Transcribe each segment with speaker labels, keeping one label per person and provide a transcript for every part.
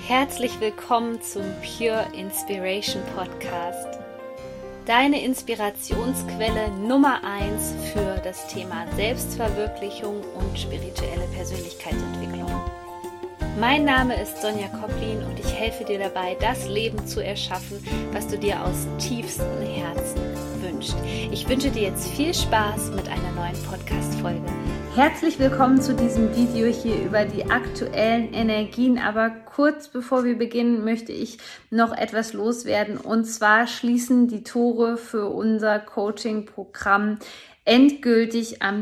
Speaker 1: Herzlich willkommen zum Pure Inspiration Podcast. Deine Inspirationsquelle Nummer 1 für das Thema Selbstverwirklichung und spirituelle Persönlichkeitsentwicklung. Mein Name ist Sonja Koplin und ich helfe dir dabei, das Leben zu erschaffen, was du dir aus tiefstem Herzen wünschst. Ich wünsche dir jetzt viel Spaß mit einer neuen Podcast-Folge. Herzlich willkommen zu diesem Video hier über die aktuellen Energien, aber kurz bevor wir beginnen, möchte ich noch etwas loswerden, und zwar schließen die Tore für unser Coaching-Programm endgültig am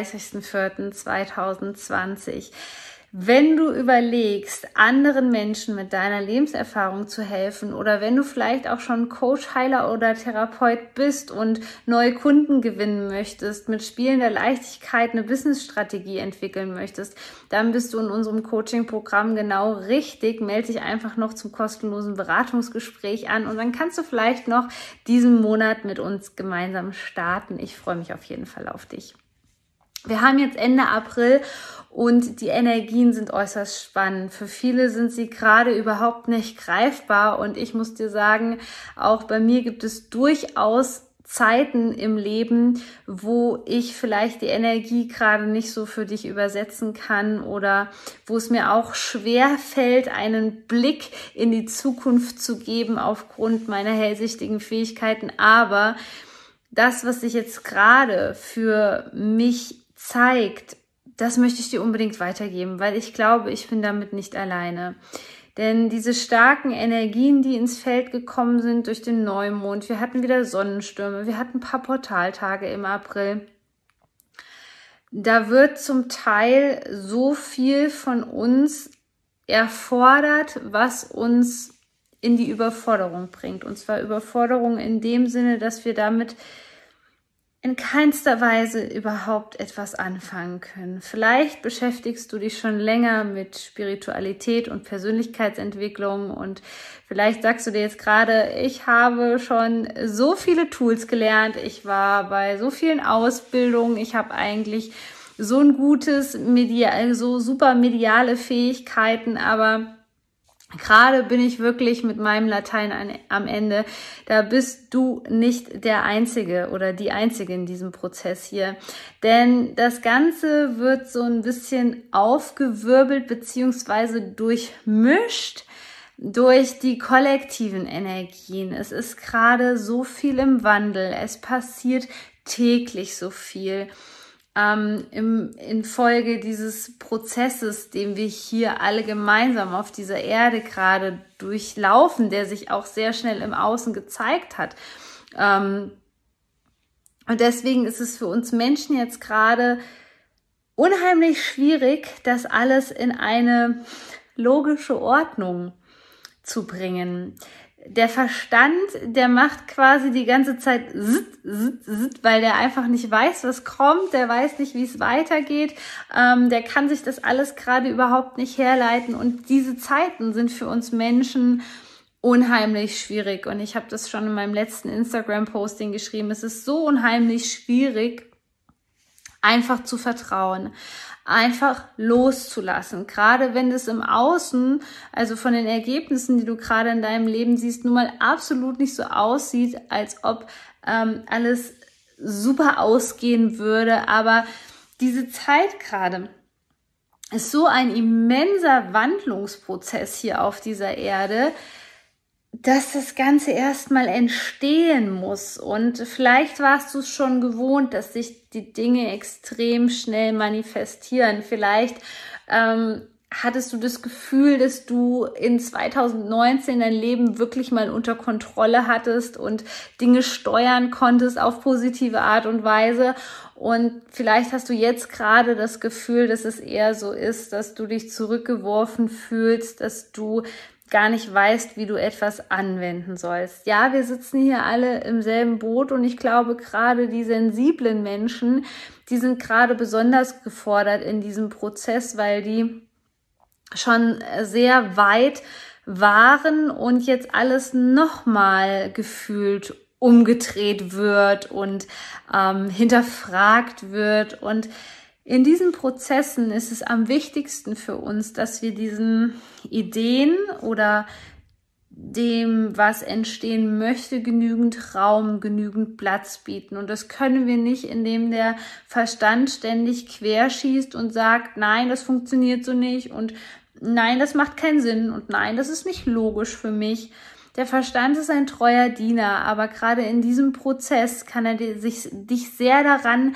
Speaker 1: 30.04.2020. Wenn du überlegst, anderen Menschen mit deiner Lebenserfahrung zu helfen oder wenn du vielleicht auch schon Coach, Heiler oder Therapeut bist und neue Kunden gewinnen möchtest, mit spielender Leichtigkeit eine Businessstrategie entwickeln möchtest, dann bist du in unserem Coaching-Programm genau richtig. Melde dich einfach noch zum kostenlosen Beratungsgespräch an und dann kannst du vielleicht noch diesen Monat mit uns gemeinsam starten. Ich freue mich auf jeden Fall auf dich. Wir haben jetzt Ende April und die Energien sind äußerst spannend. Für viele sind sie gerade überhaupt nicht greifbar und ich muss dir sagen, auch bei mir gibt es durchaus Zeiten im Leben, wo ich vielleicht die Energie gerade nicht so für dich übersetzen kann oder wo es mir auch schwer fällt, einen Blick in die Zukunft zu geben aufgrund meiner hellsichtigen Fähigkeiten. Aber das, was sich jetzt gerade für mich zeigt, das möchte ich dir unbedingt weitergeben, weil ich glaube, ich bin damit nicht alleine. Denn diese starken Energien, die ins Feld gekommen sind durch den Neumond, wir hatten wieder Sonnenstürme, wir hatten ein paar Portaltage im April. Da wird zum Teil so viel von uns erfordert, was uns in die Überforderung bringt. Und zwar Überforderung in dem Sinne, dass wir damit in keinster Weise überhaupt etwas anfangen können. Vielleicht beschäftigst du dich schon länger mit Spiritualität und Persönlichkeitsentwicklung und vielleicht sagst du dir jetzt gerade, ich habe schon so viele Tools gelernt, ich war bei so vielen Ausbildungen, ich habe eigentlich so ein gutes, so super mediale Fähigkeiten, aber gerade bin ich wirklich mit meinem Latein am Ende. Da bist du nicht der Einzige oder die Einzige in diesem Prozess hier. Denn das Ganze wird so ein bisschen aufgewirbelt bzw. durchmischt durch die kollektiven Energien. Es ist gerade so viel im Wandel. Es passiert täglich so viel. Infolge dieses Prozesses, den wir hier alle gemeinsam auf dieser Erde gerade durchlaufen, der sich auch sehr schnell im Außen gezeigt hat. Und deswegen ist es für uns Menschen jetzt gerade unheimlich schwierig, das alles in eine logische Ordnung zu bringen. Der Verstand, der macht quasi die ganze Zeit weil der einfach nicht weiß, was kommt, der weiß nicht, wie es weitergeht, der kann sich das alles gerade überhaupt nicht herleiten und diese Zeiten sind für uns Menschen unheimlich schwierig und ich habe das schon in meinem letzten Instagram-Posting geschrieben, es ist so unheimlich schwierig, einfach zu vertrauen, einfach loszulassen. Gerade wenn es im Außen, also von den Ergebnissen, die du gerade in deinem Leben siehst, nun mal absolut nicht so aussieht, als ob alles super ausgehen würde. Aber diese Zeit gerade ist so ein immenser Wandlungsprozess hier auf dieser Erde, dass das Ganze erstmal entstehen muss. Und vielleicht warst du es schon gewohnt, dass sich die Dinge extrem schnell manifestieren. Vielleicht hattest du das Gefühl, dass du in 2019 dein Leben wirklich mal unter Kontrolle hattest und Dinge steuern konntest auf positive Art und Weise. Und vielleicht hast du jetzt gerade das Gefühl, dass es eher so ist, dass du dich zurückgeworfen fühlst, dass du gar nicht weißt, wie du etwas anwenden sollst. Ja, wir sitzen hier alle im selben Boot und ich glaube, gerade die sensiblen Menschen, die sind gerade besonders gefordert in diesem Prozess, weil die schon sehr weit waren und jetzt alles nochmal gefühlt umgedreht wird und hinterfragt wird und In diesen Prozessen ist es am wichtigsten für uns, dass wir diesen Ideen oder dem, was entstehen möchte, genügend Raum, genügend Platz bieten. Und das können wir nicht, indem der Verstand ständig querschießt und sagt, nein, das funktioniert so nicht und nein, das macht keinen Sinn und nein, das ist nicht logisch für mich. Der Verstand ist ein treuer Diener, aber gerade in diesem Prozess kann er dich sehr daran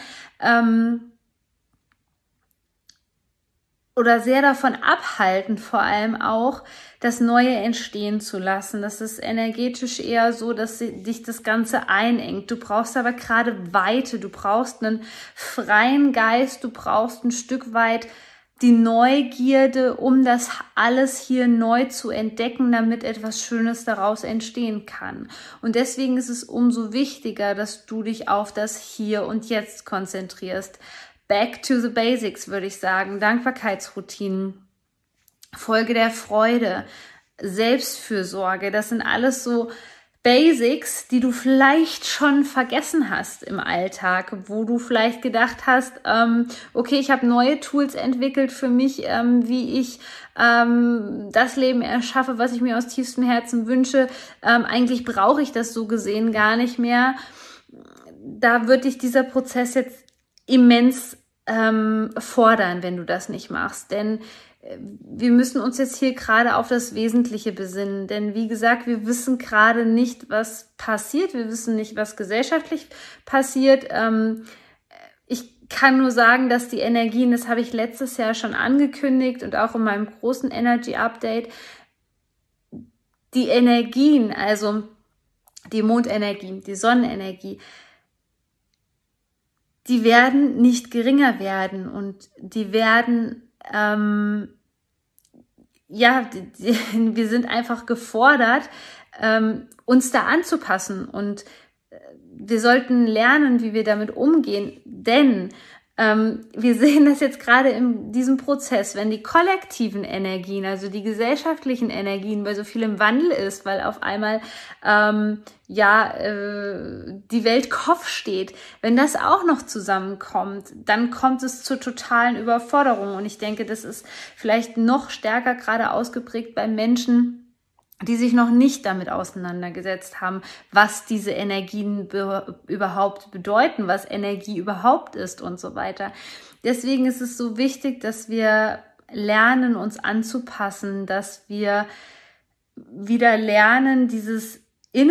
Speaker 1: oder sehr davon abhalten, vor allem auch, das Neue entstehen zu lassen. Das ist energetisch eher so, dass dich das Ganze einengt. Du brauchst aber gerade Weite, du brauchst einen freien Geist, du brauchst ein Stück weit die Neugierde, um das alles hier neu zu entdecken, damit etwas Schönes daraus entstehen kann. Und deswegen ist es umso wichtiger, dass du dich auf das Hier und Jetzt konzentrierst. Back to the basics, würde ich sagen. Dankbarkeitsroutinen, Folge der Freude, Selbstfürsorge, das sind alles so Basics, die du vielleicht schon vergessen hast im Alltag, wo du vielleicht gedacht hast, okay, ich habe neue Tools entwickelt für mich, wie ich das Leben erschaffe, was ich mir aus tiefstem Herzen wünsche. Eigentlich brauche ich das so gesehen gar nicht mehr. Da wird dich dieser Prozess jetzt immens fordern, wenn du das nicht machst, denn wir müssen uns jetzt hier gerade auf das Wesentliche besinnen, denn wie gesagt, wir wissen gerade nicht, was passiert, wir wissen nicht, was gesellschaftlich passiert. Ich kann nur sagen, dass die Energien, das habe ich letztes Jahr schon angekündigt und auch in meinem großen Energy Update, die Energien, also die Mondenergie, die Sonnenenergie, die werden nicht geringer werden und die werden, wir sind einfach gefordert, uns da anzupassen und wir sollten lernen, wie wir damit umgehen, denn wir sehen das jetzt gerade in diesem Prozess, wenn die kollektiven Energien, also die gesellschaftlichen Energien, weil so viel im Wandel ist, weil auf einmal die Welt Kopf steht, wenn das auch noch zusammenkommt, dann kommt es zur totalen Überforderung und ich denke, das ist vielleicht noch stärker gerade ausgeprägt bei Menschen, die sich noch nicht damit auseinandergesetzt haben, was diese Energien überhaupt bedeuten, was Energie überhaupt ist und so weiter. Deswegen ist es so wichtig, dass wir lernen, uns anzupassen, dass wir wieder lernen, diese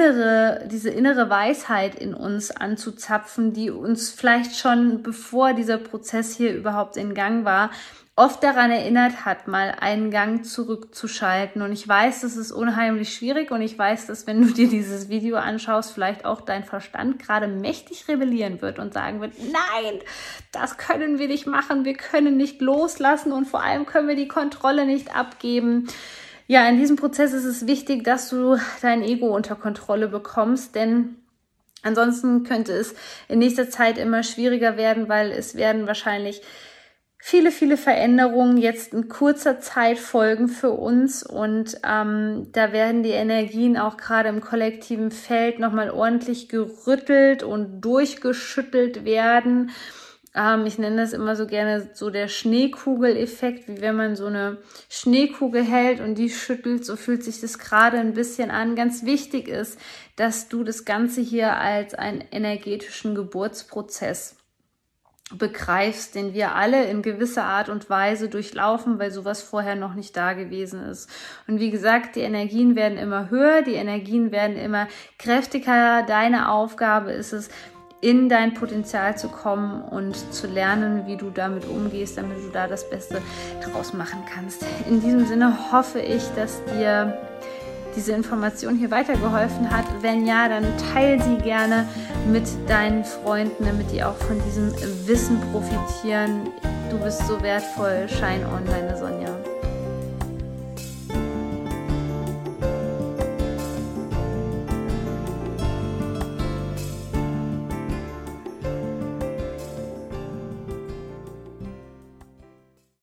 Speaker 1: innere Weisheit in uns anzuzapfen, die uns vielleicht schon, bevor dieser Prozess hier überhaupt in Gang war, oft daran erinnert hat, mal einen Gang zurückzuschalten. Und ich weiß, das ist unheimlich schwierig und ich weiß, dass wenn du dir dieses Video anschaust, vielleicht auch dein Verstand gerade mächtig rebellieren wird und sagen wird, nein, das können wir nicht machen, wir können nicht loslassen und vor allem können wir die Kontrolle nicht abgeben. Ja, in diesem Prozess ist es wichtig, dass du dein Ego unter Kontrolle bekommst, denn ansonsten könnte es in nächster Zeit immer schwieriger werden, weil es werden wahrscheinlich viele Veränderungen jetzt in kurzer Zeit folgen für uns und da werden die Energien auch gerade im kollektiven Feld nochmal ordentlich gerüttelt und durchgeschüttelt werden. Ich nenne das immer so gerne so der Schneekugeleffekt, wie wenn man so eine Schneekugel hält und die schüttelt, so fühlt sich das gerade ein bisschen an. Ganz wichtig ist, dass du das Ganze hier als einen energetischen Geburtsprozess begreifst, den wir alle in gewisser Art und Weise durchlaufen, weil sowas vorher noch nicht da gewesen ist. Und wie gesagt, die Energien werden immer höher, die Energien werden immer kräftiger. Deine Aufgabe ist es, in dein Potenzial zu kommen und zu lernen, wie du damit umgehst, damit du da das Beste draus machen kannst. In diesem Sinne hoffe ich, dass dir diese Information hier weitergeholfen hat. Wenn ja, dann teile sie gerne mit deinen Freunden, damit die auch von diesem Wissen profitieren. Du bist so wertvoll. Shine on, deine Sonja.